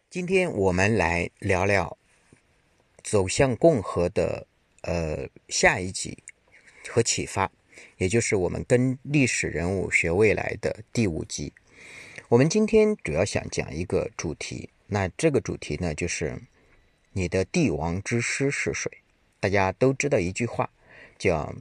今天我们来聊聊走向共和的下一集和启发，也就是我们跟历史人物学未来的第5集。我们今天主要想讲一个主题，那这个主题呢，就是你的帝王之师是谁？大家都知道一句话，叫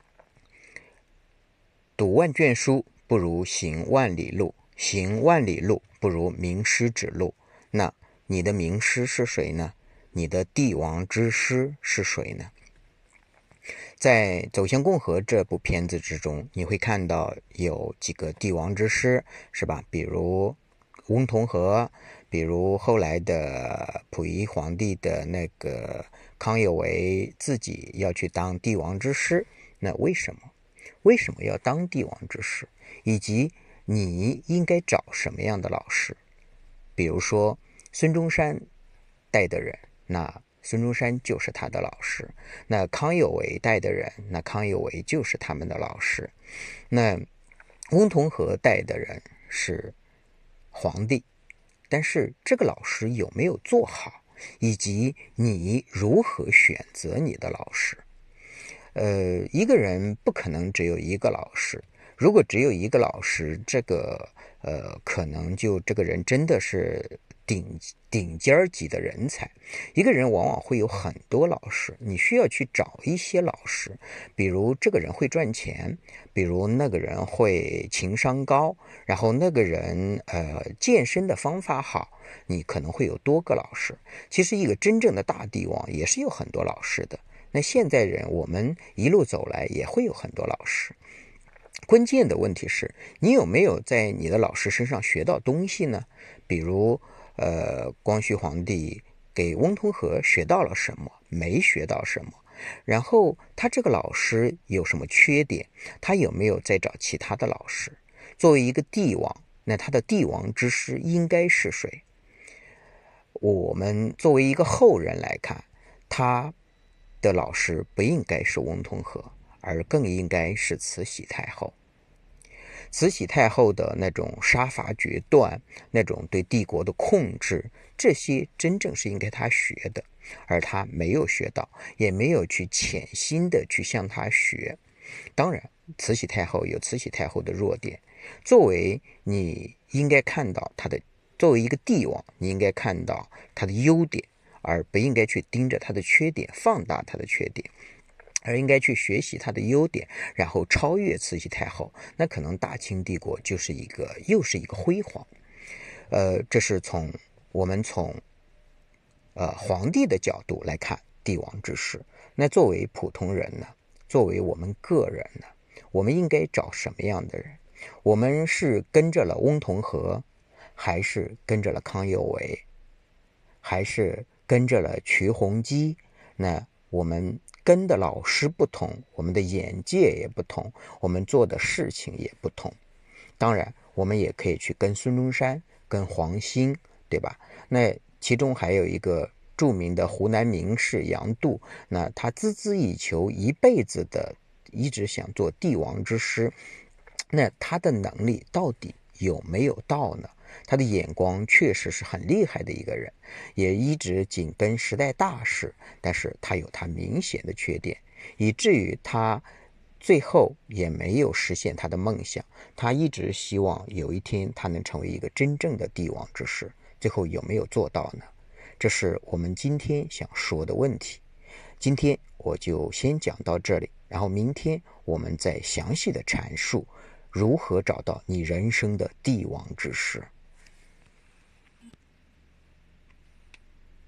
读万卷书不如行万里路，行万里路不如名师指路。那你的名师是谁呢？你的帝王之师是谁呢？在《走向共和》这部片子之中，你会看到有几个帝王之师，是吧？比如翁同龢，比如后来的溥仪皇帝的那个康有为自己要去当帝王之师。那为什么要当帝王之师？以及你应该找什么样的老师？比如说孙中山带的人，那孙中山就是他的老师；那康有为带的人，那康有为就是他们的老师；那翁同龢带的人是皇帝，但是这个老师有没有做好，以及你如何选择你的老师？一个人不可能只有一个老师。如果只有一个老师，这个可能就这个人真的是顶尖级的人才。一个人往往会有很多老师，你需要去找一些老师，比如这个人会赚钱，比如那个人会情商高，然后那个人健身的方法好，你可能会有多个老师。其实一个真正的大帝王也是有很多老师的。那现在人我们一路走来也会有很多老师，关键的问题是你有没有在你的老师身上学到东西呢？比如光绪皇帝给翁同龢学到了什么，没学到什么，然后他这个老师有什么缺点，他有没有再找其他的老师？作为一个帝王，那他的帝王之师应该是谁？我们作为一个后人来看，他的老师不应该是翁同龢，而更应该是慈禧太后。慈禧太后的那种杀伐决断，那种对帝国的控制，这些真正是应该他学的，而他没有学到，也没有去潜心的去向他学。当然慈禧太后有慈禧太后的弱点，作为你应该看到他的，作为一个帝王，你应该看到他的优点，而不应该去盯着他的缺点，放大他的缺点，而应该去学习他的优点，然后超越慈禧太后，那可能大清帝国又是一个辉煌。这是我们从皇帝的角度来看帝王之师。那作为普通人呢，作为我们个人呢，我们应该找什么样的人？我们是跟着了翁同龢，还是跟着了康有为，还是跟着了瞿洪基？那我们跟的老师不同，我们的眼界也不同，我们做的事情也不同。当然我们也可以去跟孙中山，跟黄兴，对吧？那其中还有一个著名的湖南名士杨度，那他孜孜以求，一辈子的一直想做帝王之师，那他的能力到底有没有到呢？他的眼光确实是很厉害的一个人，也一直紧跟时代大势，但是他有他明显的缺点，以至于他最后也没有实现他的梦想。他一直希望有一天他能成为一个真正的帝王之师，最后有没有做到呢？这是我们今天想说的问题。今天我就先讲到这里，然后明天我们再详细的阐述如何找到你人生的帝王之师。